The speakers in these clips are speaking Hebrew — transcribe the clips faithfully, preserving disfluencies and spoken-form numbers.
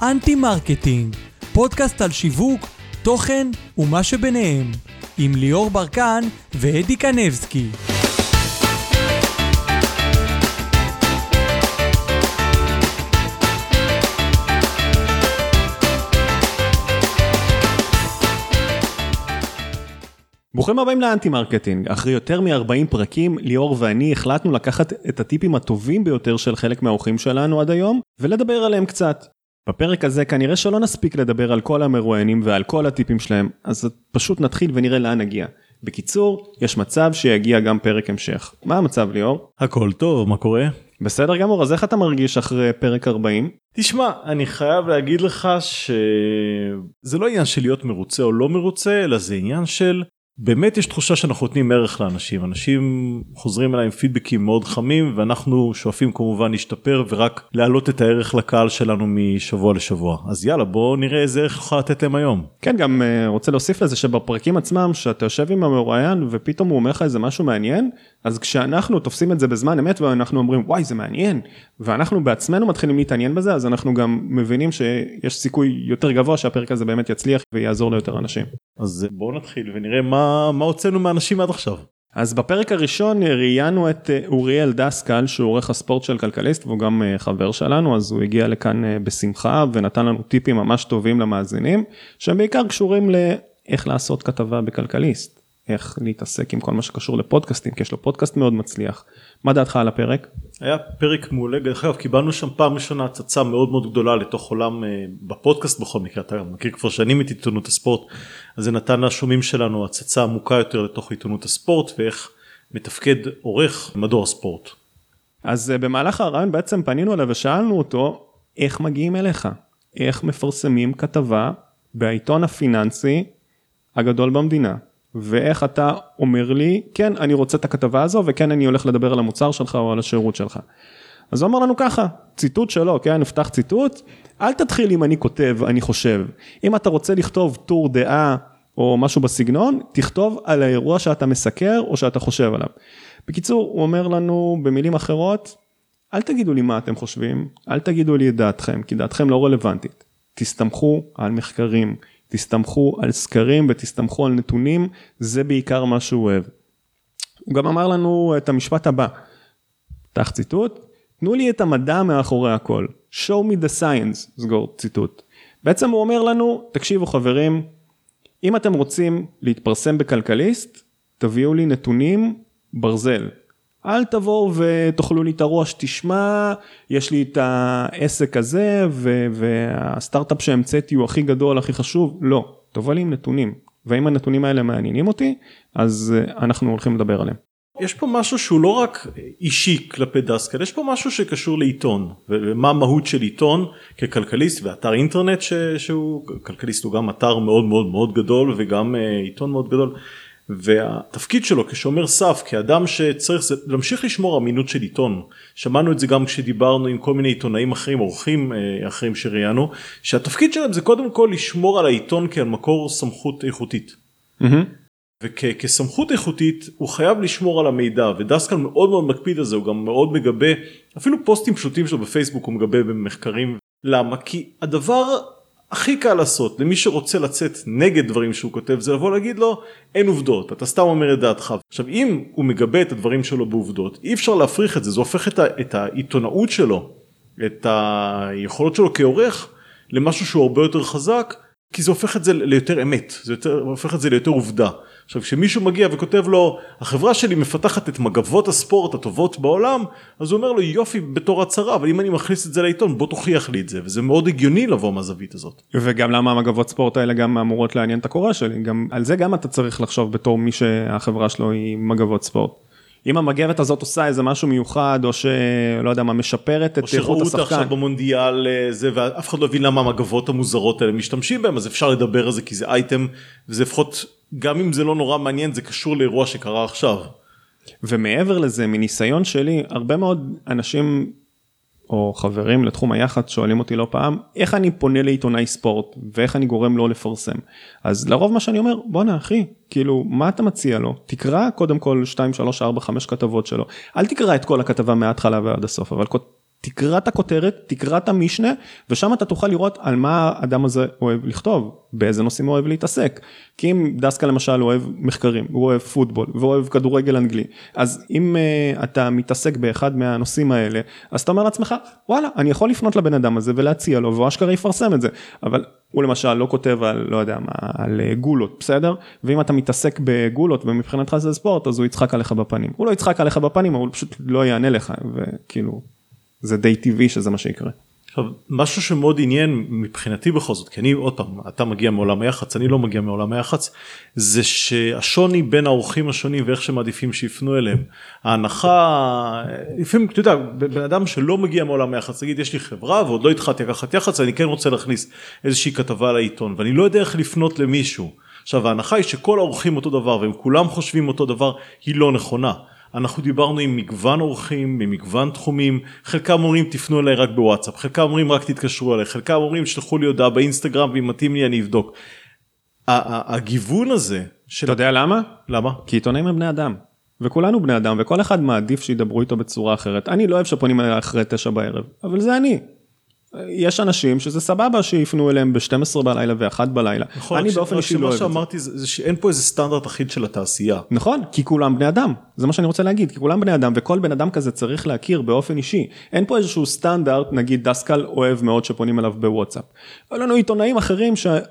אנטי מרקטינג, פודקאסט על שיווק, תוכן ומה שביניהם, עם ליאור ברקן ואדי קנבסקי. ברוכים הבאים לאנטי מרקטינג. אחרי יותר מ-ארבעים פרקים, ליאור ואני החלטנו לקחת את הטיפים הטובים ביותר של חלק מהאורחים שלנו עד היום, ולדבר עליהם קצת. בפרק הזה כנראה שלא נספיק לדבר על כל המרואיינים ועל כל הטיפים שלהם, אז פשוט נתחיל ונראה לאן נגיע. בקיצור, יש מצב שיגיע גם פרק המשך. מה המצב, ליאור? הכל טוב, מה קורה? בסדר גמור, אז איך אתה מרגיש אחרי פרק ארבעים? תשמע, אני חייב להגיד לך שזה לא עניין של להיות מרוצה או לא מרוצה, אלא זה עניין של באמת יש תחושה שאנחנו נותנים ערך לאנשים, אנשים חוזרים אליי עם פידבקים מאוד חמים, ואנחנו שואפים כמובן להשתפר ורק להעלות את הערך לקהל שלנו משבוע לשבוע. אז יאללה, בואו נראה איזה ערך נוכל לתת להם היום. כן, גם uh, רוצה להוסיף לזה שבפרקים עצמם, שאתה יושב עם המרואיין ופתאום הוא אומר לך איזה משהו מעניין, אז כשאנחנו תופסים את זה בזמן אמת ואנחנו אומרים, וואי, זה מעניין, ואנחנו בעצמנו מתחילים להתעניין בזה, אז אנחנו גם מבינים שיש סיכוי יותר גבוה שהפרק הזה באמת יצליח ויעזור ליותר אנשים. אז בואו נתחיל ונראה מה, מה הוצאנו מהאנשים עד עכשיו. אז בפרק הראשון ראיינו את אוריאל דסקל, שהוא עורך הספורט של כלכליסט, והוא גם חבר שלנו, אז הוא הגיע לכאן בשמחה, ונתן לנו טיפים ממש טובים למאזינים, שהם בעיקר קשורים לאיך לעשות כתבה בכלכליסט, איך להתעסק עם כל מה שקשור לפודקאסטים, כי יש לו פודקאסט מאוד מצליח. מה דעתך על הפרק? היה פרק מעולה, דרך אגב, קיבלנו שם פעם ראשונה הצצה מאוד מאוד גדולה לתוך עולם בפודקאסט בכל מקרה, אתה מכיר כבר שנים את עיתונות הספורט, אז זה נתן לשומעים שלנו הצצה עמוקה יותר לתוך עיתונות הספורט, ואיך מתפקד עורך מדור הספורט. אז במהלך הרעיון בעצם פנינו אליו ושאלנו אותו, איך מגיעים אליך? איך מפרסמים כתבה בעיתון הפיננסי הגדול במדינה? ואיך אתה אומר לי, כן, אני רוצה את הכתבה הזו, וכן, אני הולך לדבר על המוצר שלך או על השירות שלך. אז הוא אמר לנו ככה, ציטוט שלו, כן, נפתח ציטוט, אל תתחיל אם אני כותב, אני חושב. אם אתה רוצה לכתוב טור דעה או משהו בסגנון, תכתוב על האירוע שאתה מסקר או שאתה חושב עליו. בקיצור, הוא אומר לנו במילים אחרות, אל תגידו לי מה אתם חושבים, אל תגידו לי את דעתכם, כי דעתכם לא רלוונטית. תסתמכו על מחקרים, תסתמכו על סקרים ותסתמכו על נתונים, זה בעיקר מה שהוא אוהב. הוא גם אמר לנו את המשפט הבא, פתח ציטוט, תנו לי את המדע מאחורי הכל, show me the science, סגור ציטוט. בעצם הוא אומר לנו, תקשיבו חברים, אם אתם רוצים להתפרסם בכלכליסט, תביאו לי נתונים ברזל. אל תבואו ותאכלו לי את הראש, תשמע, יש לי את העסק הזה, והסטארט-אפ שהמצאתי הוא הכי גדול, הכי חשוב. לא, תבוא לי עם נתונים. ואם הנתונים האלה מעניינים אותי, אז אנחנו הולכים לדבר עליהם. יש פה משהו שהוא לא רק אישי כלפי דסקל, יש פה משהו שקשור לעיתון, ומה המהות של עיתון ככלכליסט ואתר אינטרנט שהוא, כלכליסט הוא גם אתר מאוד מאוד מאוד גדול, וגם עיתון מאוד גדול, והתפקיד שלו כשומר סף, כאדם שצריך להמשיך לשמור אמינות של עיתון. שמענו את זה גם כשדיברנו עם כל מיני עיתונאים אחרים, עורכים אחרים שראיינו, שהתפקיד שלהם זה קודם כל לשמור על העיתון כעל מקור סמכות איכותית. Mm-hmm. וכסמכות איכותית הוא חייב לשמור על המידע, ודסקל מאוד מאוד מקפיד על זה, הוא גם מאוד מגבה, אפילו פוסטים פשוטים שלו בפייסבוק הוא מגבה במחקרים. למה? כי הדבר הכי קל לעשות למי שרוצה לצאת נגד דברים שהוא כותב, זה לבוא להגיד לו, אין עובדות, אתה סתם אומר את דעתך. עכשיו, אם הוא מגבה את הדברים שלו בעובדות, אי אפשר להפריך את זה, זה הופך את, ה, את העיתונאות שלו, את היכולות שלו כעורך, למשהו שהוא הרבה יותר חזק, כי זה הופך את זה ליותר אמת, זה יותר, הופך את זה ליותר עובדה. עכשיו, כשמישהו מגיע וכותב לו, החברה שלי מפתחת את מגבות הספורט הטובות בעולם, אז הוא אומר לו, יופי בתור הצהרה, אבל אם אני מכניס את זה לעיתון, בוא תוכיח לי את זה, וזה מאוד הגיוני לבוא מהזווית הזאת. וגם למה המגבות ספורט האלה גם אמורות לעניין את הקורא שלי, גם על זה גם אתה צריך לחשוב בתור מי שהחברה שלו היא מגבות ספורט. אם המגבת הזאת עושה איזה משהו מיוחד, או שלא יודע מה, משפרת את איכות השחקן. או שראו אותה עכשיו במונדיאל זה, ואף אחד לא הבין למה המגבות המוזרות האלה משתמשים בהם, אז אפשר לדבר על זה כי זה אייטם, וזה לפחות, גם אם זה לא נורא מעניין, זה קשור לאירוע שקרה עכשיו. ומעבר לזה, מניסיון שלי, הרבה מאוד אנשים או חברים לתחום היח"צ שואלים אותי לא פעם, איך אני פונה לעיתונאי ספורט, ואיך אני גורם לו לפרסם. אז לרוב מה שאני אומר, בוא'נה אחי, כאילו, מה אתה מציע לו? תקרא קודם כל שתיים, שלוש, ארבע, חמש כתבות שלו. אל תקרא את כל הכתבה מההתחלה ועד הסוף, אבל תקרא את הכותרת, תקרא את המשנה, ושם אתה תוכל לראות על מה האדם הזה אוהב לכתוב, באיזה נושאים הוא אוהב להתעסק. כי אם דסקל למשל אוהב מחקרים, הוא אוהב פוטבול, והוא אוהב כדורגל אנגלי, אז אם uh, אתה מתעסק באחד מהנושאים האלה, אז אתה אומר לעצמך, וואלה, אני יכול לפנות לבן אדם הזה ולהציע לו, והוא אשכרה יפרסם את זה. אבל הוא למשל לא כותב על, לא יודע מה, על גולות, בסדר? ואם אתה מתעסק בגולות, ומבחינתך זה ספורט, אז הוא יצחק עליך בפנים. הוא לא יצחק עליך בפנים, אבל הוא פשוט לא יענה לך, וכאילו, זה די טבעי שזה מה שיקרה. עכשיו, משהו שמאוד עניין מבחינתי בכל זאת, כי אני עוד פעם, אתה מגיע מעולם היח"צ, אני לא מגיע מעולם היח"צ, זה שהשוני בין האורחים השונים ואיך שמעדיפים שיפנו אליהם. ההנחה, לפעמים, אתה יודע, בן אדם שלא מגיע מעולם היח"צ, תגיד, יש לי חברה ועוד לא התחלתי לקחת יח"צ, אני כן רוצה להכניס איזושהי כתבה לעיתון, ואני לא יודע איך לפנות למישהו. עכשיו, ההנחה היא שכל האורחים אותו דבר, והם כולם חושבים אותו דבר, היא לא נכונה. אנחנו דיברנו עם מגוון אורחים, ממגוון תחומים, חלקם אומרים תפנו אליי רק בוואטסאפ, חלקם אומרים רק תתקשרו אליי, חלקם אומרים שלחו לי הודעה באינסטגרם ואם מתאים לי אני אבדוק. הגיוון הזה... אתה יודע למה? למה? כי עיתונאים הם בני אדם, וכולנו בני אדם, וכל אחד מעדיף שידברו איתו בצורה אחרת. אני לא אוהב שפונים אליי אחרי תשע בערב, אבל זה אני. יש אנשים שזה סבבה שיפנו אליהם ב-שתים עשרה בלילה ו-אחת בלילה. נכון, אני באופן אישי לא אוהב את זה. מה שאמרתי זה שאין פה איזה סטנדרט אחיד של התעשייה. נכון, כי כולם בני אדם. זה מה שאני רוצה להגיד, כי כולם בני אדם, וכל בן אדם כזה צריך להכיר באופן אישי. אין פה איזשהו סטנדרט, נגיד דסקל אוהב מאוד שפונים אליו בוואטסאפ. היו לנו עיתונאים אחרים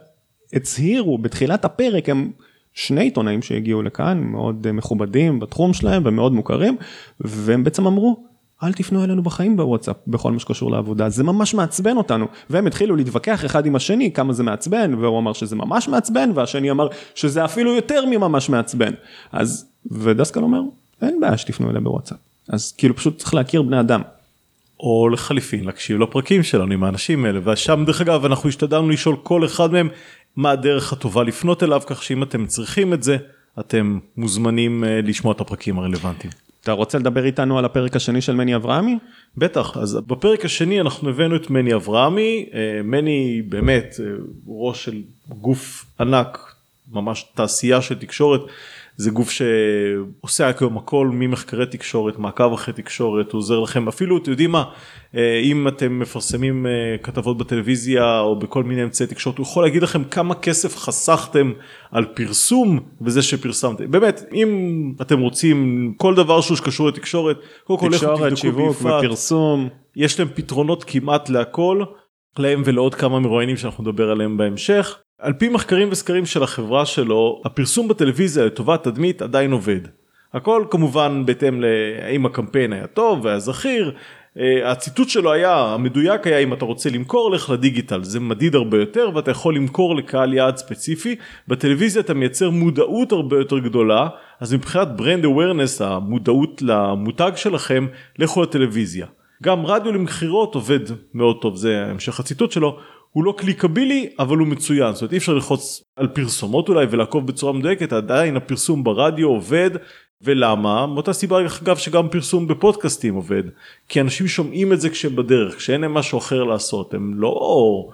שהצהירו בתחילת הפרק, הם שני עיתונאים שהגיעו לכאן, מאוד מכובדים בתחום שלהם ומאוד מוכרים, והם בעצם אמרו, אל תפנו אלינו בחיים בוואטסאפ, בכל מה שקשור לעבודה, זה ממש מעצבן אותנו, והם התחילו להתווכח אחד עם השני, כמה זה מעצבן, והוא אמר שזה ממש מעצבן, והשני אמר שזה אפילו יותר מממש מעצבן, אז, ודסקל אומר, אין בעיה שתפנו אליהם בוואטסאפ, אז כאילו פשוט צריך להכיר בני אדם. או לחליפין, להקשיב לפרקים שלנו עם האנשים האלה, ושם דרך אגב אנחנו השתדלנו לשאול כל אחד מהם, מה הדרך הטובה לפנות אליו, כך שאם אתם צריכים את זה, אתם מוזמנים לשמוע את הפרקים הרלוונטיים. אתה רוצה לדבר איתנו על הפרק השני של מני אברהמי? בטח, אז בפרק השני אנחנו הבאנו את מני אברהמי, מני באמת ראש של גוף ענק, ממש תעשייה של תקשורת, זה גוף שעושה היום הכל ממחקרי תקשורת, מעקב אחרי תקשורת, הוא עוזר לכם, אפילו אתם יודעים מה, אם אתם מפרסמים כתבות בטלוויזיה או בכל מיני אמצעי תקשורת, הוא יכול להגיד לכם כמה כסף חסכתם על פרסום וזה שפרסמתם. באמת, אם אתם רוצים כל דבר שהוא שקשור לתקשורת, תקשורת, שיווק ופרסום, יש להם פתרונות כמעט להכל, להם ולעוד כמה מרואיינים שאנחנו נדבר עליהם בהמשך. על פי מחקרים וסקרים של החברה שלו, הפרסום בטלוויזיה לטובת תדמית עדיין עובד. הכל כמובן בהתאם להאם הקמפיין היה טוב והיה זכיר. הציטוט שלו היה, המדויק היה אם אתה רוצה למכור, לך לדיגיטל. זה מדיד הרבה יותר ואתה יכול למכור לקהל יעד ספציפי. בטלוויזיה אתה מייצר מודעות הרבה יותר גדולה, אז מבחינת ברנד אווירנס, המודעות למותג שלכם, לכו לטלוויזיה. גם רדיו למחירות עובד מאוד טוב, זה המשך הציטוט שלו. הוא לא קליקבילי, אבל הוא מצוין. זאת אומרת, אי אפשר ללחוץ על פרסומות אולי ולעקוב בצורה מדויקת, עדיין הפרסום ברדיו עובד, ולמה? מאותה סיבה אגב שגם פרסום בפודקאסטים עובד, כי אנשים שומעים את זה כשהם בדרך, כשאין להם משהו אחר לעשות, הם לא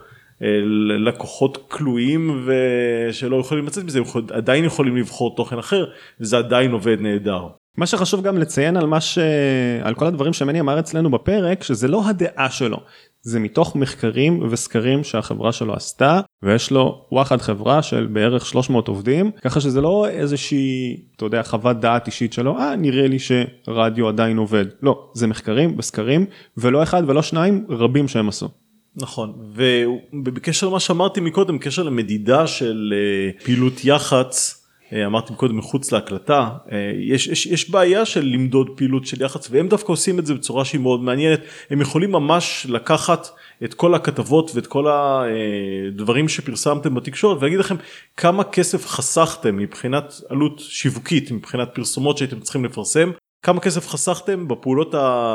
לקוחות כלואים ושלא יכולים לצאת מזה, הם עדיין יכולים לבחור תוכן אחר, וזה עדיין עובד נהדר. מה שחשוב גם לציין על מה ש... על כל הדברים שמני אמר אצלנו בפרק, שזה לא הדעה שלו, זה מתוך מחקרים וסקרים שהחברה שלו עשתה, ויש לו וואחד חברה של בערך שלוש מאות עובדים, ככה שזה לא איזושהי, אתה יודע, חוות דעת אישית שלו, אה, נראה לי שרדיו עדיין עובד. לא, זה מחקרים וסקרים, ולא אחד ולא שניים, רבים שהם עשו. נכון, ובקשר למה שאמרתי מקודם, בקשר למדידה של פעילות יח"צ, אמרתי קודם מחוץ להקלטה, יש, יש, יש בעיה של למדוד פעילות של יח"צ, והם דווקא עושים את זה בצורה שהיא מאוד מעניינת, הם יכולים ממש לקחת את כל הכתבות ואת כל הדברים שפרסמתם בתקשורת, ולהגיד לכם כמה כסף חסכתם מבחינת עלות שיווקית, מבחינת פרסומות שהייתם צריכים לפרסם, כמה כסף חסכתם בפעולות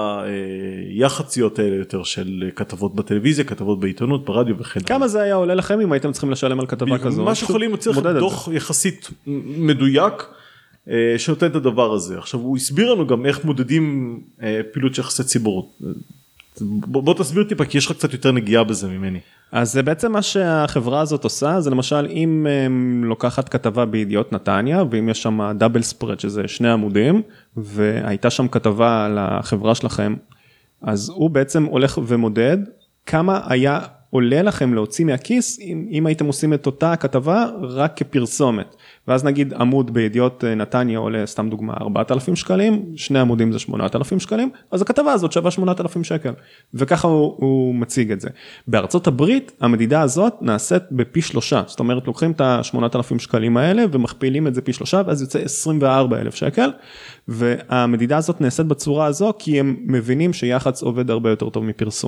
היח"ציות האלה יותר של כתבות בטלוויזיה, כתבות בעיתונות, ברדיו וכן. כמה זה היה עולה לכם אם הייתם צריכים לשלם על כתבה כזו? מה שיכולים לצריך דוח יחסית מדויק שנותן את הדבר הזה. עכשיו הוא הסביר לנו גם איך מודדים פעילות של יחסי ציבור. בוא תסביר טיפה כי יש לך קצת יותר נגיעה בזה ממני. אז זה בעצם מה שהחברה הזאת עושה, זה למשל אם לוקחת כתבה בידיעות נתניה, ואם יש שם דאבל ספרד שזה שני עמודים, והייתה שם כתבה על החברה שלכם, אז הוא בעצם הולך ומודד כמה היה עולה לכם להוציא מהכיס, אם, אם הייתם עושים את אותה כתבה רק כפרסומת. ואז נגיד עמוד בידיעות נתניה עולה, סתם דוגמה, ארבעת אלפים שקלים, שני עמודים זה שמונת אלפים שקלים, אז הכתבה הזאת שווה שמונת אלפים שקל. וככה הוא, הוא מציג את זה. בארצות הברית, המדידה הזאת נעשית בפי שלושה. זאת אומרת, לוקחים את ה-שמונת אלפים שקלים האלה, ומכפילים את זה פי שלושה, ואז יוצא עשרים וארבעה אלף שקל. והמדידה הזאת נעשית בצורה הזו, כי הם מבינים שיח"צ עובד הרבה יותר טוב מפרסום.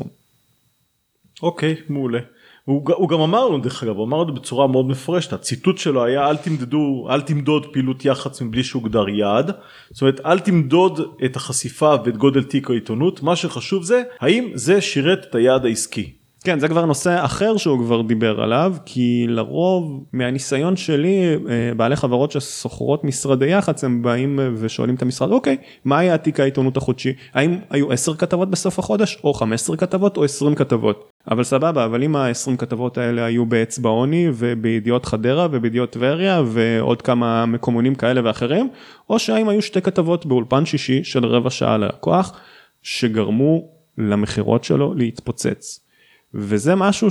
אוקיי, מעולה. הוא, הוא גם אמר לנו, דרך אגב, הוא אמר את זה בצורה מאוד מפורשת, הציטוט שלו היה, אל תמדדו, אל תמדוד פעילות יח"צ מבלי שהוגדר יעד, זאת אומרת, אל תמדוד את החשיפה ואת גודל תיק העיתונות, מה שחשוב זה, האם זה שירת את היעד העסקי. כן, זה כבר נושא אחר שהוא כבר דיבר עליו, כי לרוב, מהניסיון שלי, בעלי חברות שסוחרות משרדי יח"צ, הם באים ושואלים את המשרד, אוקיי, מה היה תיק העיתונות החודשי? האם היו עשר כתבות בסוף החודש, או חמש עשרה כתבות, או עשרים כתבות? אבל סבבה, אבל אם ה-עשרים כתבות האלה היו באצבעוני, ובידיעות חדרה, ובידיעות טבריה, ועוד כמה מקומונים כאלה ואחרים, או שהאם היו שתי כתבות באולפן שישי של רבע שעה ללקוח, שגרמו למחירות שלו להתפוצץ. וזה משהו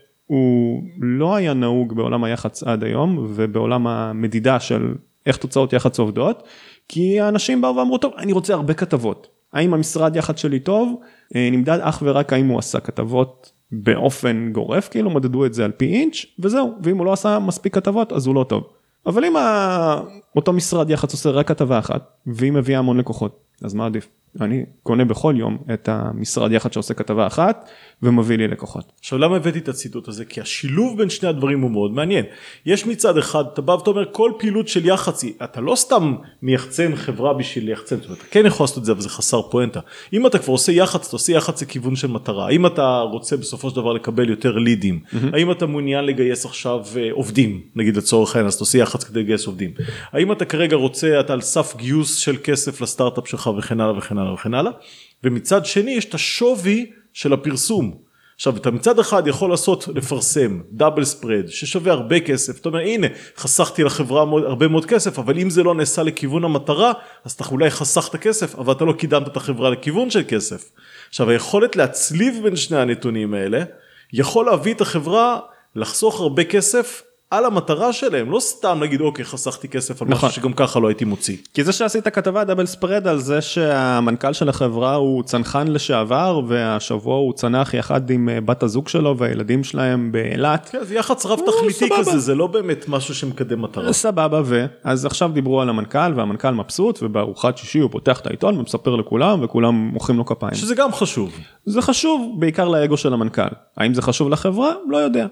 שהוא לא היה נהוג בעולם היח"צ עד היום, ובעולם המדידה של איך תוצאות יח"צ עובדות, כי האנשים באו ואמרו, טוב, אני רוצה הרבה כתבות. האם המשרד יח"צ שלי טוב? נמדד אך ורק האם הוא עשה כתבות באופן גורף, כאילו מדדו את זה על פי אינץ' וזהו, ואם הוא לא עשה מספיק כתבות, אז הוא לא טוב. אבל אם אותו משרד יח"צ עושה רק כתבה אחת, והיא מביאה המון לקוחות, אז מה עדיף? אני קונה בכל יום את המשרד יח"צ שעושה כתבה אחת, ומביא לי לקוחות. עכשיו, למה הבאתי את הציטוט הזה? כי השילוב בין שני הדברים הוא מאוד מעניין. יש מצד אחד, אתה בא ואתה אומר, כל פעילות של יח"צ, אתה לא סתם מייחצן חברה בשביל לייחצן, זאת אומרת, אתה כן יכול לעשות את זה, אבל זה חסר פואנטה. אם אתה כבר עושה יח"צ, אתה עושה יח"צ לכיוון של מטרה. האם אתה רוצה בסופו של דבר לקבל יותר לידים? האם אתה מעוניין לגייס עכשיו עובדים, נגיד לצורך העניין, אז אתה עושה יח"צ כדי לגייס עובדים. האם אתה כרגע רוצה, אתה על סף גיוס של כסף לסטארט-אפ שלך וכן הלאה וכן הלאה וכן הלאה. ומצד שני יש את השווי של הפרסום. עכשיו, אתה מצד אחד יכול לעשות, לפרסם, דאבל ספרד, ששווה הרבה כסף. אתה אומר, הנה, חסכתי לחברה מאוד, הרבה מאוד כסף, אבל אם זה לא נעשה לכיוון המטרה, אז אתה אולי חסכת כסף, אבל אתה לא קידמת את החברה לכיוון של כסף. עכשיו, היכולת להצליב בין שני הנתונים האלה, יכול להביא את החברה לחסוך הרבה כסף, על המטרה שלהם, לא סתם נגיד, אוקיי, חסכתי כסף על נכון. משהו שגם ככה לא הייתי מוציא. כי זה שעשית כתבה דאבל ספרד על זה שהמנכ"ל של החברה הוא צנחן לשעבר, והשבוע הוא צנח יחד עם בת הזוג שלו והילדים שלהם באילת. כן, זה יח"צ רב תכליתי כזה, זה לא באמת משהו שמקדם מטרה. סבבה, ואז עכשיו דיברו על המנכ"ל, והמנכ"ל מבסוט, ובארוחת שישי הוא פותח את העיתון, ומספר לכולם, וכולם מוחאים לו כפיים. שזה גם חשוב. זה חשוב, בעיקר לאגו של המנכ"ל. האם זה חשוב לחברה? לא יודע.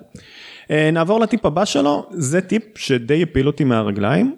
נעבור לטיפ הבא שלו, זה טיפ שדי הפיל אותי מהרגליים,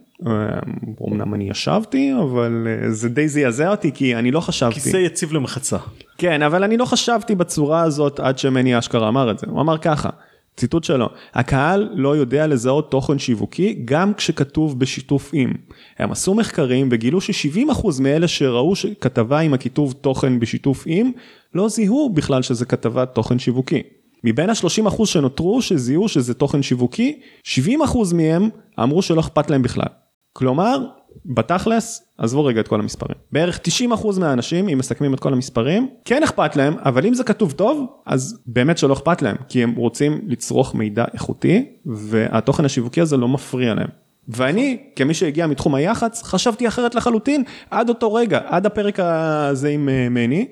אמנם אני ישבתי, אבל זה די זעזע אותי, כי אני לא חשבתי. כיסא יציב למחצה. כן, אבל אני לא חשבתי בצורה הזאת, עד שמני אשכרה אמר את זה. הוא אמר ככה, ציטוט שלו, הקהל לא יודע לזהות תוכן שיווקי, גם כשכתוב בשיתוף עם. הם עשו מחקרים וגילו ש-שבעים אחוז מאלה שראו כתבה עם הכיתוב תוכן בשיתוף עם, לא זיהו בכלל שזה כתבת תוכן שיווקי. מבין ה-שלושים אחוז שנותרו שזיהו שזה תוכן שיווקי, שבעים אחוז מהם אמרו שלא אכפת להם בכלל. כלומר, בתכלס, עזבו רגע את כל המספרים. בערך תשעים אחוז מהאנשים, אם מסכמים את כל המספרים, כן אכפת להם, אבל אם זה כתוב טוב, אז באמת שלא אכפת להם, כי הם רוצים לצרוך מידע איכותי, והתוכן השיווקי הזה לא מפריע להם. ואני, כמי שהגיע מתחום היח"צ, חשבתי אחרת לחלוטין, עד אותו רגע, עד הפרק הזה עם מני,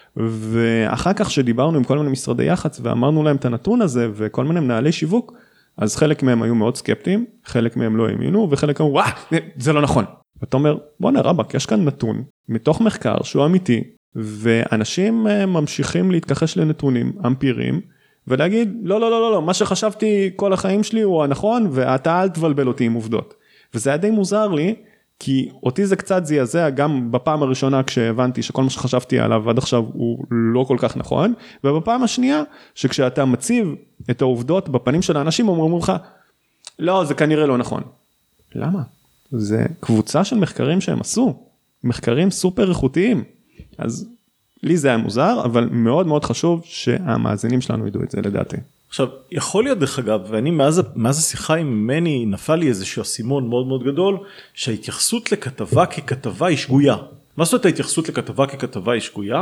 ואחר כך שדיברנו עם כל מיני משרדי יח"צ ואמרנו להם את הנתון הזה וכל מיני מנהלי שיווק, אז חלק מהם היו מאוד סקפטיים, חלק מהם לא האמינו וחלק אמרו, וואה, זה לא נכון. ואתה אומר, בוא נראה בק, יש כאן נתון מתוך מחקר שהוא אמיתי, ואנשים ממשיכים להתכחש לנתונים אמפיריים, ולהגיד, לא, לא, לא, לא, לא, מה שחשבתי כל החיים שלי הוא הנכון, ואתה אל תבלבל אותי עם עובדות. וזה היה די מוזר לי, כי אותי זה קצת זעזע גם בפעם הראשונה כשהבנתי שכל מה שחשבתי עליו עד עכשיו הוא לא כל כך נכון, ובפעם השנייה שכשאתה מציב את העובדות בפנים של האנשים אומרים לך, לא, זה כנראה לא נכון. למה? זה קבוצה של מחקרים שהם עשו, מחקרים סופר איכותיים, אז לי זה היה מוזר, אבל מאוד מאוד חשוב שהמאזינים שלנו ידעו את זה לדעתי. עכשיו, יכול להיות דרך אגב, ואני מאז, מאז השיחה עם מני, נפל לי איזשהו סימון מאוד מאוד גדול, שההתייחסות לכתבה ככתבה היא שגויה. מה זאת אומרת ההתייחסות לכתבה ככתבה היא שגויה?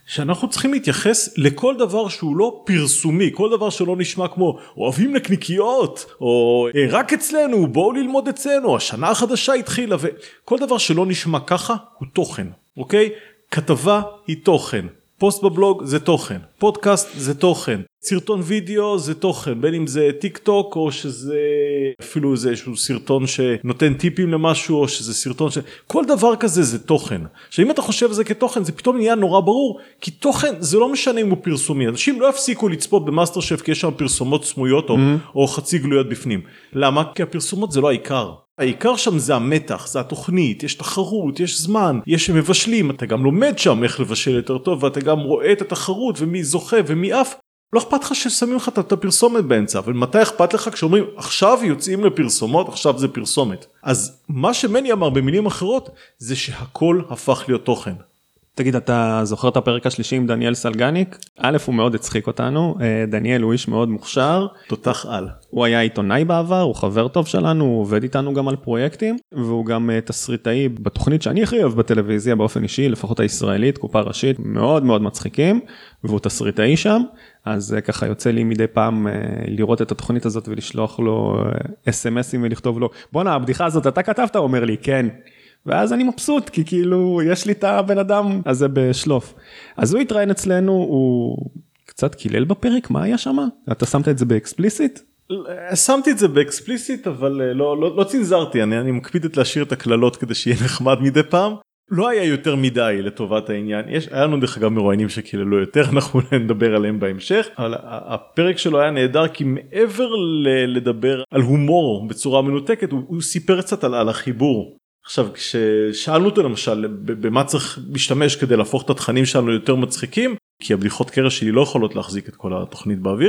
שאנחנו צריכים להתייחס לכל דבר שהוא לא פרסומי, כל דבר שלא נשמע כמו אוהבים נקניקיות, או רק אצלנו, בואו ללמוד אצלנו, השנה החדשה התחילה, וכל דבר שלא נשמע ככה הוא תוכן, אוקיי? כתבה היא תוכן, פוסט בבלוג זה תוכן, פודקאסט זה תוכן, סרטון וידאו זה תוכן, בין אם זה טיק טוק או שזה אפילו איזה איזשהו סרטון שנותן טיפים למשהו, או שזה סרטון ש... כל דבר כזה זה תוכן. שאם אתה חושב זה כתוכן, זה פתאום נהיה נורא ברור, כי תוכן זה לא משנה אם הוא פרסומי. אנשים לא יפסיקו לצפות במאסטר שף כי יש שם פרסומות סמויות או, mm-hmm. או חצי גלויות בפנים. למה? כי הפרסומות זה לא העיקר. העיקר שם זה המתח, זה התוכנית, יש תחרות, יש זמן, יש מבשלים, אתה גם לומד שם איך לבשל יותר טוב, ואתה גם רואה את התחרות ומי זוכה ומי אף. לא אכפת לך ששמים לך את הפרסומת באמצע, אבל מתי אכפת לך כשאומרים עכשיו יוצאים לפרסומות, עכשיו זה פרסומת. אז מה שמני אמר במילים אחרות, זה שהכל הפך להיות תוכן. תגיד, אתה זוכר את הפרק השלישי עם דניאל סלגניק? א', הוא מאוד הצחיק אותנו, דניאל הוא איש מאוד מוכשר. תותח על. הוא היה עיתונאי בעבר, הוא חבר טוב שלנו, הוא עובד איתנו גם על פרויקטים, והוא גם תסריטאי בתוכנית שאני הכי אוהב בטלוויזיה באופן אישי, לפחות הישראלית, קופה ראשית, מאוד מאוד מצחיקים, והוא תסריטאי שם, אז ככה יוצא לי מדי פעם לראות את התוכנית הזאת ולשלוח לו אס אם אסים ולכתוב לו, בוא'נה, הבדיחה הזאת אתה כתבת? הוא אומר לי, כן. ואז אני מבסוט, כי כאילו יש לי את הבן אדם הזה בשלוף. אז הוא התראיין אצלנו, הוא קצת קילל בפרק, מה היה שם? אתה שמת את זה באקספליסיט? שמתי את זה באקספליסיט, אבל לא, לא, לא צנזרתי, אני, אני מקפידת להשאיר את הכללות כדי שיהיה נחמד מדי פעם. לא היה יותר מדי לטובת העניין, יש, היה לנו דרך אגב מרואיינים שקיללו יותר, אנחנו נדבר עליהם בהמשך, אבל הפרק שלו היה נהדר, כי מעבר ל- לדבר על הומור בצורה מנותקת, הוא, הוא סיפר קצת על, על החיבור. עכשיו, כששאלנו אותו למשל, במה צריך להשתמש כדי להפוך את התכנים שלנו יותר מצחיקים, כי הבדיחות קרש שלי לא יכולות להחזיק את כל התוכנית באוויר,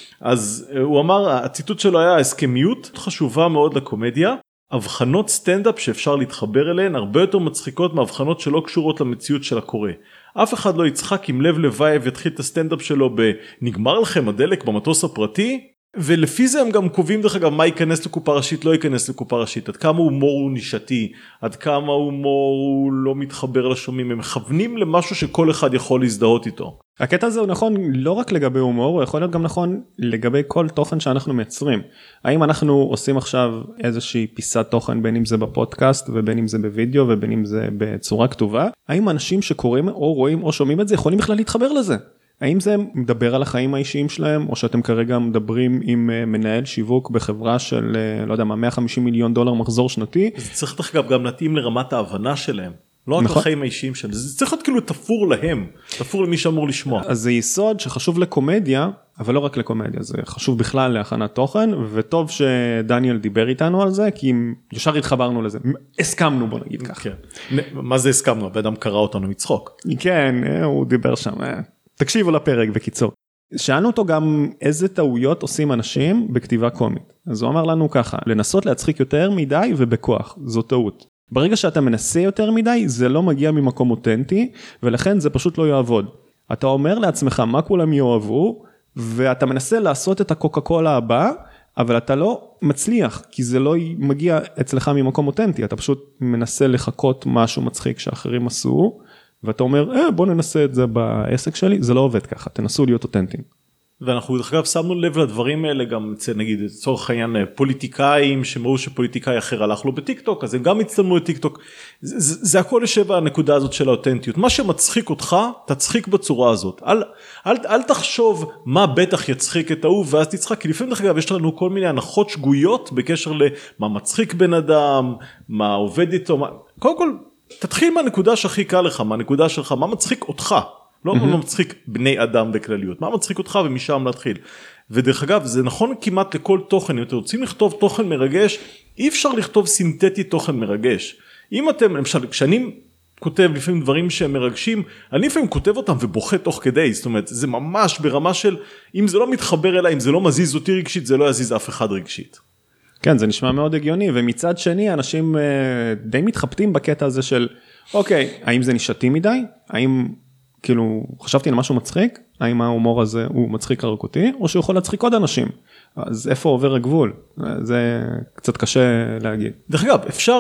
אז הוא אמר, הציטוט שלו היה, הסכמיות חשובה מאוד לקומדיה, הבחנות סטנדאפ שאפשר להתחבר אליהן, הרבה יותר מצחיקות מהבחנות שלא קשורות למציאות של הקורא. אף אחד לא יצחק עם לב לוואי ויתחיל את הסטנדאפ שלו בנגמר לכם הדלק במטוס הפרטי, ולפי זה הם גם קובעים דרך אגב מה ייכנס לקופה ראשית, לא ייכנס לקופה ראשית, עד כמה הומור הוא נישתי, עד כמה הומור הוא לא מתחבר לשומעים, הם מכוונים למשהו שכל אחד יכול להזדהות איתו. הקטע הזה הוא נכון לא רק לגבי הומור, הוא יכול להיות גם נכון לגבי כל תוכן שאנחנו מייצרים. האם אנחנו עושים עכשיו איזושהי פיסת תוכן, בין אם זה בפודקאסט ובין אם זה בווידאו ובין אם זה בצורה כתובה, האם אנשים שקוראים או רואים או שומעים את זה יכולים בכלל להתחבר לזה? האם זה מדבר על החיים האישיים שלהם, או שאתם כרגע מדברים עם מנהל שיווק בחברה של, לא יודע מה, מאה וחמישים מיליון דולר מחזור שנתי? זה צריך דרך גם להתאים לרמת ההבנה שלהם. לא רק נכון. לחיים האישיים שלהם, זה צריך להיות כאילו תפור להם, תפור למי שאמור לשמוע. אז זה יסוד שחשוב לקומדיה, אבל לא רק לקומדיה, זה חשוב בכלל להכנת תוכן, וטוב שדניאל דיבר איתנו על זה, כי ישר התחברנו לזה, הסכמנו בוא נגיד ככה. כן. מה זה הסכמנו? הבן אדם קרא אותנו מצחוק. כן, הוא דיבר שם, תקשיבו לפרק בקיצור. שאלנו אותו גם איזה טעויות עושים אנשים בכתיבה קומית. אז הוא אמר לנו ככה, לנסות להצחיק יותר מדי ובכוח, זו טעות. ברגע שאתה מנסה יותר מדי, זה לא מגיע ממקום אותנטי, ולכן זה פשוט לא יעבוד. אתה אומר לעצמך מה כולם יאהבו, ואתה מנסה לעשות את הקוקה קולה הבא, אבל אתה לא מצליח, כי זה לא מגיע אצלך ממקום אותנטי, אתה פשוט מנסה לחכות משהו מצחיק שאחרים עשו, ואתה אומר, אה, בוא ננסה את זה בעסק שלי, זה לא עובד ככה, תנסו להיות אותנטיים. ואנחנו דרך אגב שמנו לב לדברים האלה גם אצל נגיד לצורך העניין פוליטיקאים שמראו שפוליטיקאי אחר הלך לו בטיק טוק, אז הם גם הצטלמו לטיק טוק, זה, זה, זה הכל יושב הנקודה הזאת של האותנטיות, מה שמצחיק אותך תצחיק בצורה הזאת, אל, אל, אל תחשוב מה בטח יצחיק את ההוא ואז תצחק, כי לפעמים דרך אגב יש לנו כל מיני הנחות שגויות בקשר למה מצחיק בן אדם, מה עובד איתו, מה... קודם כל תתחיל מהנקודה שהכי קל לך, מהנקודה שלך, מה מצחיק אותך, לא mm-hmm. לא מצחיק בני אדם בכלליות, מה מצחיק אותך ומשם להתחיל. ודרך אגב, זה נכון כמעט לכל תוכן, אם אתם רוצים לכתוב תוכן מרגש, אי אפשר לכתוב סינתטי תוכן מרגש. אם אתם, למשל, כשאני כותב לפעמים דברים שהם מרגשים, אני לפעמים כותב אותם ובוכה תוך כדי, זאת אומרת, זה ממש ברמה של, אם זה לא מתחבר אליי, אם זה לא מזיז אותי רגשית, זה לא יזיז אף אחד רגשית. כן, זה נשמע מאוד הגיוני, ומצד שני, אנשים די מתחבטים בקטע הזה של, אוקיי, האם זה נשתי מדי? האם, כאילו, חשבתי על משהו מצחיק? האם ההומור הזה הוא מצחיק רק אותי? או שהוא יכול להצחיק עוד אנשים? אז איפה עובר הגבול? זה קצת קשה להגיד. דרך אגב, אפשר,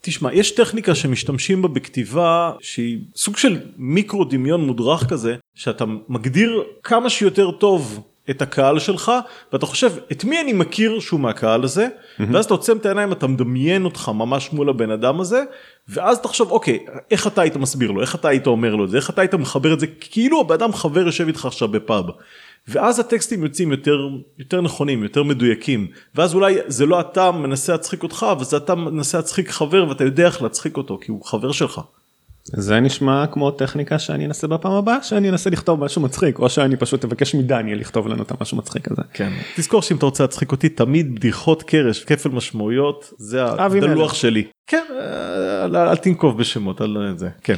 תשמע, יש טכניקה שמשתמשים בה בכתיבה שהיא סוג של מיקרו דמיון מודרך כזה, שאתה מגדיר כמה שיותר טוב את הקהל שלך, ואתה חושב, את מי אני מכיר שהוא מהקהל הזה, mm-hmm. ואז אתה עוצם את העיניים, אתה מדמיין אותך ממש מול הבן אדם הזה, ואז תחשוב, אוקיי, איך אתה היית מסביר לו, איך אתה היית אומר לו את זה, איך אתה היית מחבר את זה, כאילו הבן אדם חבר יושב איתך עכשיו בפאב. ואז הטקסטים יוצאים יותר, יותר נכונים, יותר מדויקים, ואז אולי זה לא אתה מנסה להצחיק אותך, אבל זה אתה מנסה להצחיק חבר, ואתה יודע איך להצחיק אותו, כי הוא חבר שלך. זה נשמע כמו טכניקה שאני אנסה בפעם הבאה, שאני אנסה לכתוב משהו מצחיק, או שאני פשוט אבקש מדניאל לכתוב לנו את המשהו מצחיק הזה. כן. תזכור שאם אתה רוצה להצחיק אותי, תמיד בדיחות קרש, כפל משמעויות, זה הדלוח שלי. כן, אל תנקוב בשמות, על זה, כן.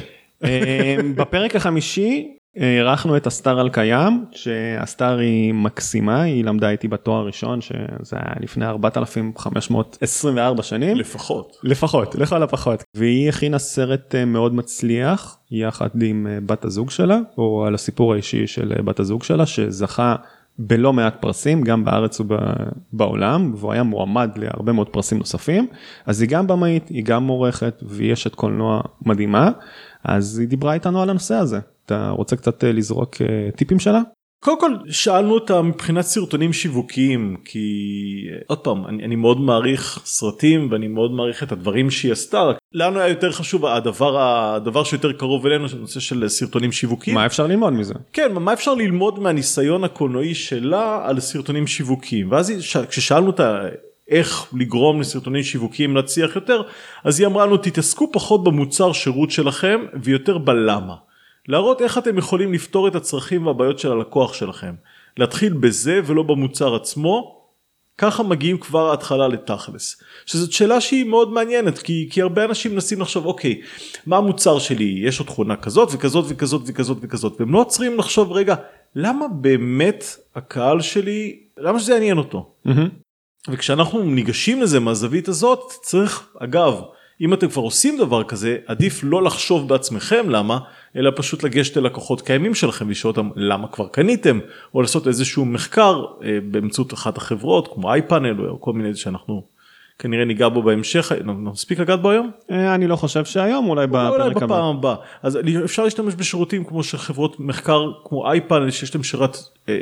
בפרק החמישי, ערכנו את אסתר אלקיים, שאסתר היא מקסימה, היא למדה איתי בתואר הראשון, שזה היה לפני ארבעת אלפים חמש מאות עשרים וארבע שנים. לפחות. לפחות, לכל הפחות. והיא הכינה סרט מאוד מצליח, יחד עם בת הזוג שלה, או על הסיפור האישי של בת הזוג שלה, שזכה בלא מעט פרסים, גם בארץ ובעולם, והוא היה מועמד להרבה מאוד פרסים נוספים, אז היא גם במאית, היא גם מורכת, ויש את קולנוע מדהימה, אז היא דיברה איתנו על הנושא הזה. אתה רוצה קצת לזרוק טיפים שלה? קודם כל, שאלנו אותה מבחינת סרטונים שיווקיים, כי עוד פעם, אני, אני מאוד מעריך סרטים, ואני מאוד מעריך את הדברים שהיא עשתה. לנו היה יותר חשוב, הדבר, הדבר שיותר קרוב אלינו, נושא של סרטונים שיווקיים. מה אפשר ללמוד מזה? כן, מה אפשר ללמוד מהניסיון הקולנועי שלה על סרטונים שיווקיים? ואז כששאלנו אותה איך לגרום לסרטונים שיווקיים להצליח יותר, אז היא אמרה לנו, תתעסקו פחות במוצר שירות שלכם, ויותר בלמה. להראות איך אתם יכולים לפתור את הצרכים והבעיות של הלקוח שלכם. להתחיל בזה ולא במוצר עצמו, ככה מגיעים כבר ההתחלה לתכלס. שזאת שאלה שהיא מאוד מעניינת, כי, כי הרבה אנשים מנסים לחשוב, אוקיי, מה המוצר שלי? יש עוד תכונה כזאת וכזאת וכזאת וכזאת וכזאת, והם לא עוצרים לחשוב, רגע, למה באמת הקהל שלי, למה שזה יעניין אותו? Mm-hmm. וכשאנחנו ניגשים לזה מהזווית הזאת, צריך, אגב, אם אתם כבר עושים דבר כזה, עדיף לא לחשוב בעצמכם למה, אלא פשוט לגשת ללקוחות קיימים שלכם, לשאול אותם למה כבר קניתם, או לעשות איזשהו מחקר אה, באמצעות אחת החברות, כמו iPanel, או כל מיני שאנחנו כנראה ניגע בו בהמשך. נספיק לגעת בו היום? אני לא חושב שהיום, אולי בפרק הבא. אולי בפעם הבא. אז אפשר להשתמש בשירותים כמו שחברות מחקר, כמו iPanel, שיש להם שירת... אה,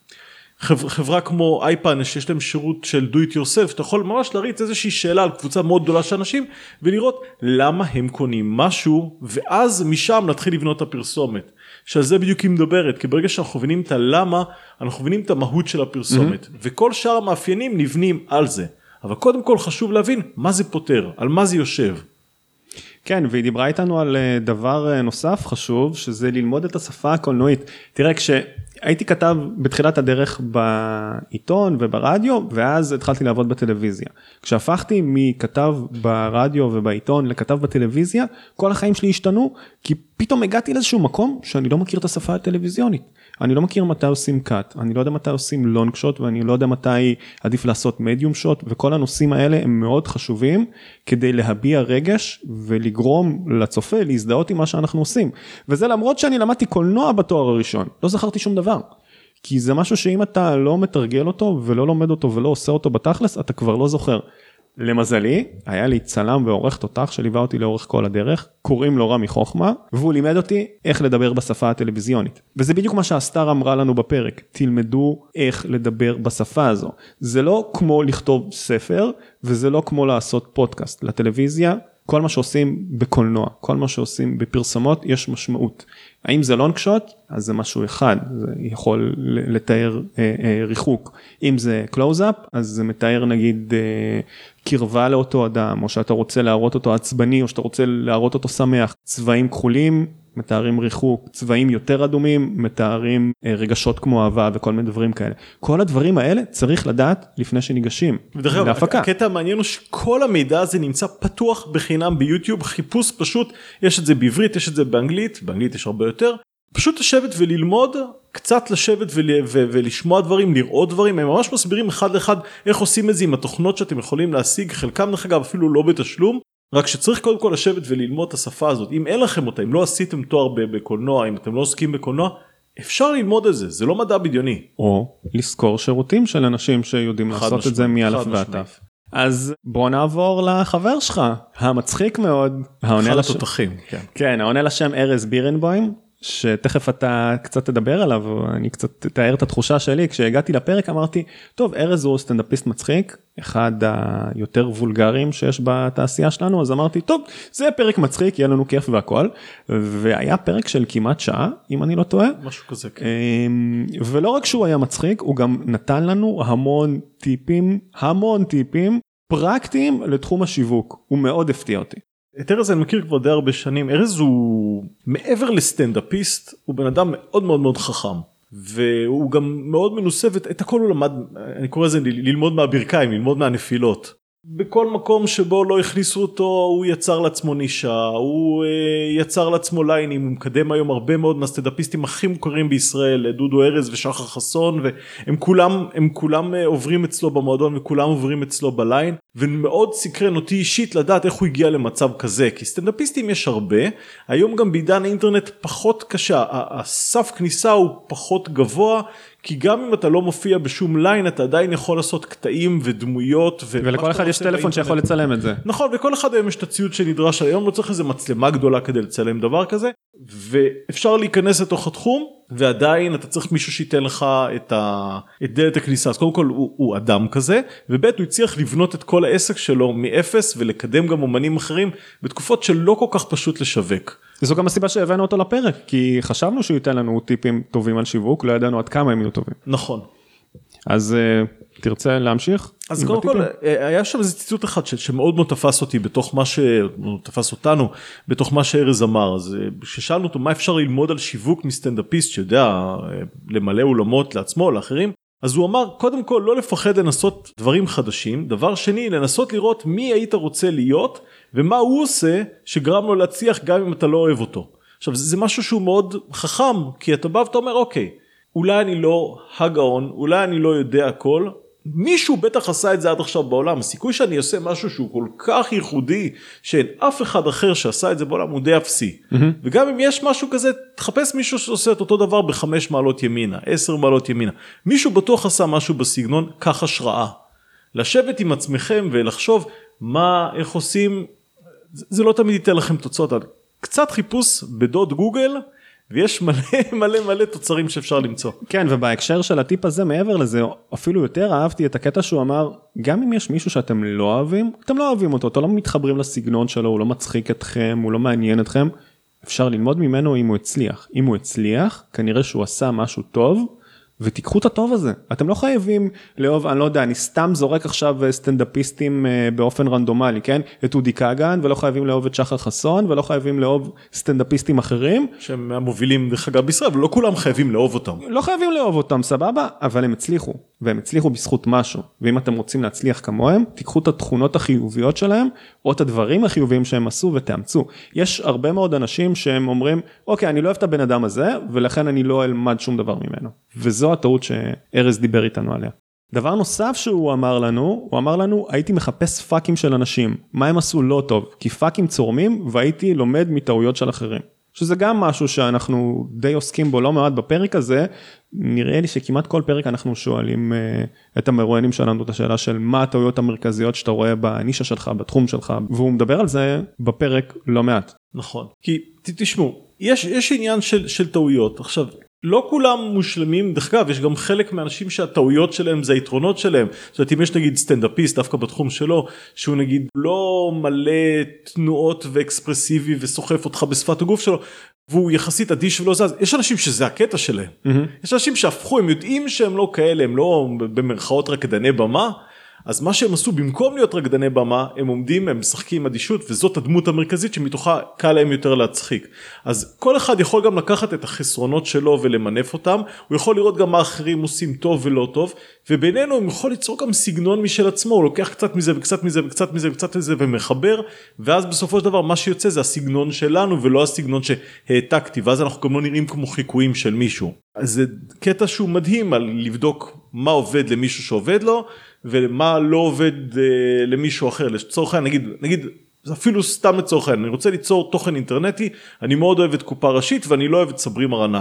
חברה כמו iPanel שיש להם שירות של do it yourself, שאתה יכול ממש להריץ איזושהי שאלה על קבוצה מאוד גדולה של אנשים, ולראות למה הם קונים משהו, ואז משם נתחיל לבנות את הפרסומת. שעל זה בדיוק היא מדברת, כי ברגע שאנחנו מבינים את הלמה, אנחנו מבינים את המהות של הפרסומת, mm-hmm. וכל שאר המאפיינים נבנים על זה. אבל קודם כל חשוב להבין מה זה פותר, על מה זה יושב. כן, והיא דיברה איתנו על דבר נוסף חשוב, שזה ללמוד את השפה הקולנועית. תראה, כשהייתי כתב בתחילת הדרך בעיתון וברדיו, ואז התחלתי לעבוד בטלוויזיה. כשהפכתי מכתב ברדיו ובעיתון לכתב בטלוויזיה, כל החיים שלי השתנו, כי פתאום הגעתי לאיזשהו מקום שאני לא מכיר את השפה הטלוויזיונית. אני לא מכיר מתי עושים קאט, אני לא יודע מתי עושים לונג שוט, ואני לא יודע מתי עדיף לעשות מדיום שוט, וכל הנושאים האלה הם מאוד חשובים, כדי להביע רגש, ולגרום לצופה להזדהות עם מה שאנחנו עושים. וזה למרות שאני למדתי קולנוע בתואר הראשון, לא זכרתי שום דבר. כי זה משהו שאם אתה לא מתרגל אותו, ולא לומד אותו, ולא עושה אותו בתכלס, אתה כבר לא זוכר. למזלי, היה לי צלם ועורך תותח שליווה אותי לאורך כל הדרך, קוראים לו רמי חוכמה, והוא לימד אותי איך לדבר בשפה הטלוויזיונית. וזה בדיוק מה שהסתר אמרה לנו בפרק, תלמדו איך לדבר בשפה הזו. זה לא כמו לכתוב ספר, וזה לא כמו לעשות פודקאסט. לטלוויזיה, כל מה שעושים בקולנוע, כל מה שעושים בפרסומות, יש משמעות. האם זה לונג שוט? אז זה משהו אחד, זה יכול לתאר אה, אה, ריחוק. אם זה קלוז-אפ, אז זה מתאר נגיד אה, קרבה לאותו אדם, או שאתה רוצה להראות אותו עצבני, או שאתה רוצה להראות אותו שמח. צבעים כחולים, מתארים ריחוק, צבעים יותר אדומים, מתארים אה, רגשות כמו אהבה וכל מיני דברים כאלה. כל הדברים האלה צריך לדעת לפני שניגשים להפקה. הקטע המעניין הוא שכל המידע הזה נמצא פתוח בחינם ביוטיוב, חיפוש פשוט, יש את זה בעברית, יש את זה באנגלית, באנגלית יש הרבה יותר, פשוט לשבת וללמוד, קצת לשבת ול, ו, ולשמוע דברים, לראות דברים, הם ממש מסבירים אחד לאחד איך עושים את זה עם התוכנות שאתם יכולים להשיג, חלקם דרך אגב אפילו לא בתשלום, רק שצריך קודם כל לשבת וללמוד את השפה הזאת. אם אין לכם אותה, אם לא עשיתם תואר בקולנוע, אם אתם לא עוסקים בקולנוע, אפשר ללמוד את זה, זה לא מדע בדיוני. או לזכור שירותים של אנשים שיודעים לעשות את זה מאלף ועד תף. אז בוא נעבור לחבר שלך, המצחיק מאוד, העונה לשם, כן. כן, העונה לשם ארז בירנבוים, שתכף אתה קצת תדבר עליו, אני קצת תאר את התחושה שלי, כשהגעתי לפרק אמרתי, טוב, ארז הוא סטנדאפיסט מצחיק, אחד היותר וולגריים שיש בתעשייה שלנו, אז אמרתי, טוב, זה פרק מצחיק, יהיה לנו כיף והכל, והיה פרק של כמעט שעה, אם אני לא טועה. משהו כזה, כן. ולא רק שהוא היה מצחיק, הוא גם נתן לנו המון טיפים, המון טיפים פרקטיים לתחום השיווק, הוא מאוד הפתיע אותי. את ארז אני מכיר כבר די הרבה שנים, ארז הוא מעבר לסטנדאפיסט, הוא בן אדם מאוד מאוד מאוד חכם, והוא גם מאוד מנוסה, את הכל הוא למד, אני קורא לזה ללמוד מהברכיים, ללמוד מהנפילות. בכל מקום שבו לא הכניסו אותו, הוא יצר לעצמו נישה, הוא uh, יצר לעצמו ליינים, הוא מקדם היום הרבה מאוד מהסטנדאפיסטים הכי מוכרים בישראל, דודו ארז ושחר חסון, והם כולם, הם כולם uh, עוברים אצלו במועדון, וכולם עוברים אצלו בליין, ומאוד סקרן אותי אישית לדעת איך הוא הגיע למצב כזה, כי סטנדאפיסטים יש הרבה, היום גם בעידן האינטרנט פחות קשה, הסף כניסה הוא פחות גבוה, כי גם אם אתה לא מופיע בשום ליין, אתה עדיין יכול לעשות קטעים ודמויות. ולכל אחד יש טלפון שיכול לצלם את זה. נכון, וכל אחד היום יש את הציוד שנדרש, היום לא צריך איזה מצלמה גדולה כדי לצלם דבר כזה, ואפשר להיכנס לתוך התחום, ועדיין אתה צריך מישהו שייתן לך את, ה... את דלת הכניסה. אז קודם כל הוא, הוא אדם כזה, ובית הוא הצליח לבנות את כל העסק שלו מאפס, ולקדם גם אומנים אחרים, בתקופות שלא כל כך פשוט לשווק. זו גם הסיבה שהבאנו אותו לפרק, כי חשבנו שהוא ייתן לנו טיפים טובים על שיווק, לא ידענו עד כמה הם יהיו טובים. נכון. אז uh, תרצה להמשיך? אז קודם כל, היה שם איזה ציטוט אחד שמאוד מאוד תפס אותי בתוך מה ש... תפס אותנו, בתוך מה שארז אמר. אז כששאלנו אותו מה אפשר ללמוד על שיווק מסטנדאפיסט שיודע למלא אולמות לעצמו, לאחרים, אז הוא אמר, קודם כל לא לפחד לנסות דברים חדשים, דבר שני, לנסות לראות מי היית רוצה להיות, ומה הוא עושה שגרם לו להצליח גם אם אתה לא אוהב אותו. עכשיו, זה משהו שהוא מאוד חכם, כי אתה בא ואתה אומר, אוקיי, אולי אני לא הגאון, אולי אני לא יודע הכל, מישהו בטח עשה את זה עד עכשיו בעולם, הסיכוי שאני עושה משהו שהוא כל כך ייחודי, שאין אף אחד אחר שעשה את זה בעולם, הוא די אפסי. Mm-hmm. וגם אם יש משהו כזה, תחפש מישהו שעושה את אותו דבר בחמש מעלות ימינה, עשר מעלות ימינה. מישהו בטוח עשה משהו בסגנון, כך השראה. לשבת עם עצמכם ולחשוב מה, איך עושים, זה לא תמיד ייתן לכם תוצאות, קצת חיפוש בדוד גוגל, ויש מלא מלא מלא תוצרים שאפשר למצוא. כן, ובהקשר של הטיפ הזה, מעבר לזה, אפילו יותר אהבתי את הקטע שהוא אמר, גם אם יש מישהו שאתם לא אוהבים, אתם לא אוהבים אותו, אתם לא מתחברים לסגנון שלו, הוא לא מצחיק אתכם, הוא לא מעניין אתכם, אפשר ללמוד ממנו אם הוא הצליח. אם הוא הצליח, כנראה שהוא עשה משהו טוב, ותיקחו את הטוב הזה. אתם לא חייבים לאהוב, אני לא יודע, אני סתם זורק עכשיו סטנדאפיסטים באופן רנדומלי, כן? את אודי כגן, ולא חייבים לאהוב את שחר חסון, ולא חייבים לאהוב סטנדאפיסטים אחרים. שהם המובילים דרך אגב בישראל, ולא כולם חייבים לאהוב אותם. לא חייבים לאהוב אותם, סבבה, אבל הם הצליחו, והם הצליחו בזכות משהו. ואם אתם רוצים להצליח כמוהם, תיקחו את התכונות החיוביות שלהם, או את הדברים החיוביים שהם עשו ותאמצו. יש הרבה מאוד אנשים שהם אומרים, אוקיי, אני לא אוהב את הבן אדם הזה, ולכן אני לא אלמד שום דבר ממנו. וזו הטעות שארז דיבר איתנו עליה. דבר נוסף שהוא אמר לנו, הוא אמר לנו, הייתי מחפש פאקים של אנשים. מה הם עשו לא טוב? כי פאקים צורמים, והייתי לומד מטעויות של אחרים. שזה גם משהו שאנחנו די עוסקים בו לא מעט בפרק הזה, נראה לי שכמעט כל פרק אנחנו שואלים uh, את המרואיינים שלנו את השאלה של מה הטעויות המרכזיות שאתה רואה בנישה שלך, בתחום שלך, והוא מדבר על זה בפרק לא מעט. נכון, כי תשמעו, יש, יש עניין של, של טעויות, עכשיו, לא כולם מושלמים, דרך אגב, יש גם חלק מהאנשים שהטעויות שלהם זה היתרונות שלהם, זאת אומרת, אם יש נגיד סטנדאפיסט דווקא בתחום שלו, שהוא נגיד לא מלא תנועות ואקספרסיבי וסוחף אותך בשפת הגוף שלו, והוא יחסית אדיש ולא זז, יש אנשים שזה הקטע שלהם, mm-hmm. יש אנשים שהפכו, הם יודעים שהם לא כאלה, הם לא במרכאות רקדני במה, אז מה שהם עשו במקום להיות רקדני במה, הם עומדים, הם משחקים אדישות, וזאת הדמות המרכזית שמתוכה קל להם יותר להצחיק. אז כל אחד יכול גם לקחת את החסרונות שלו ולמנף אותם, הוא יכול לראות גם מה אחרים עושים טוב ולא טוב, ובינינו הוא יכול ליצור גם סגנון משל עצמו, הוא לוקח קצת מזה וקצת מזה וקצת מזה וקצת מזה ומחבר, ואז בסופו של דבר מה שיוצא זה הסגנון שלנו ולא הסגנון שהעתקתי, ואז אנחנו גם לא נראים כמו חיקויים של מישהו. אז זה קטע שהוא מדהים על לבדוק מה עובד למישהו שעובד לו, ומה לא עובד אה, למישהו אחר. לצורך העניין, נגיד, נגיד, אפילו סתם לצורך העניין, אני רוצה ליצור תוכן אינטרנטי, אני מאוד אוהב את קופה ראשית, ואני לא אוהב את סברי מרנן.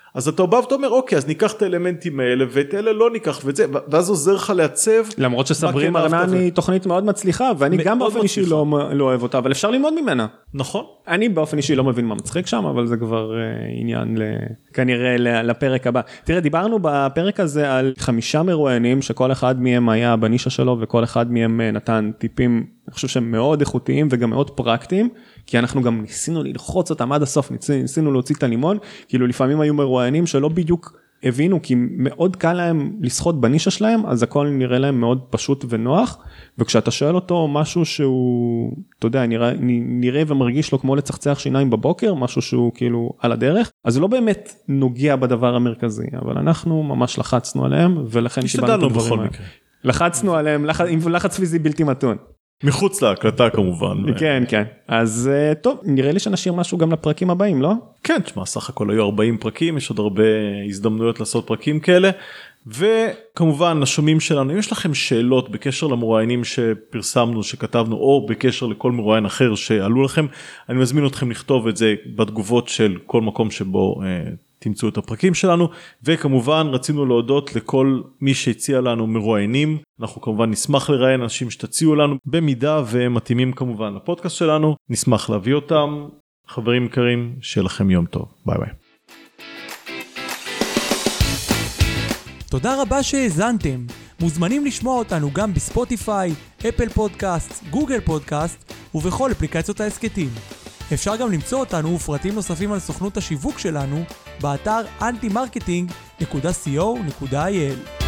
אז אתה בא ואתה אומר, אוקיי, אז ניקח את האלמנטים האלה, ואת אלה לא ניקח, ואת זה, ואז עוזר לך לעצב. למרות שסברים ארנן היא תוכנית מאוד מצליחה, ואני גם באופן אישי לא, לא אוהב אותה, אבל אפשר ללמוד ממנה. נכון. אני באופן אישי לא מבין מה מצחיק שם, אבל זה כבר uh, עניין ל... כנראה לפרק הבא. תראה, דיברנו בפרק הזה על חמישה מרואיינים, שכל אחד מהם היה בנישה שלו, וכל אחד מהם נתן טיפים, אני חושב שהם מאוד איכותיים, וגם מאוד פרקטיים, כי אנחנו גם ניסינו ללחוץ אותם עד הסוף, ניסינו להוציא את הלימון, כאילו לפעמים היו מרואיינים שלא בדיוק הבינו, כי מאוד קל להם לשחות בנישה שלהם, אז הכל נראה להם מאוד פשוט ונוח, וכשאתה שואל אותו משהו שהוא, אתה יודע, נראה, נראה ומרגיש לו כמו לצחצח שיניים בבוקר, משהו שהוא כאילו על הדרך, אז זה לא באמת נוגע בדבר המרכזי, אבל אנחנו ממש לחצנו עליהם, ולכן קיבלנו את הדברים האלה. לחצנו עליהם, עם לחץ פיזי בלתי מתון. מחוץ להקלטה כמובן. כן, כן. אז טוב, נראה לי שנשאיר משהו גם לפרקים הבאים, לא? כן, תשמע, סך הכל היו ארבעים פרקים, יש עוד הרבה הזדמנויות לעשות פרקים כאלה, וכמובן, השומעים שלנו, אם יש לכם שאלות בקשר למרואיינים שפרסמנו, שכתבנו, או בקשר לכל מרואיין אחר שעלו לכם, אני מזמין אתכם לכתוב את זה בתגובות של כל מקום שבו תמצאו את הפרקים שלנו, וכמובן רצינו להודות לכל מי שהציע לנו מרואיינים, אנחנו כמובן נשמח לראיין אנשים שתציעו לנו, במידה והם מתאימים כמובן לפודקאסט שלנו, נשמח להביא אותם, חברים יקרים, שיהיה לכם יום טוב, ביי ביי. תודה רבה שהאזנתם, מוזמנים לשמוע אותנו גם בספוטיפיי, אפל פודקאסט, גוגל פודקאסט, ובכל אפליקציות העסקתים. אפשר גם למצוא אותנו ופרטים נוספים על סוכנות השיווק שלנו באתר אנטי מרקטינג נקודה סי או נקודה איי אל.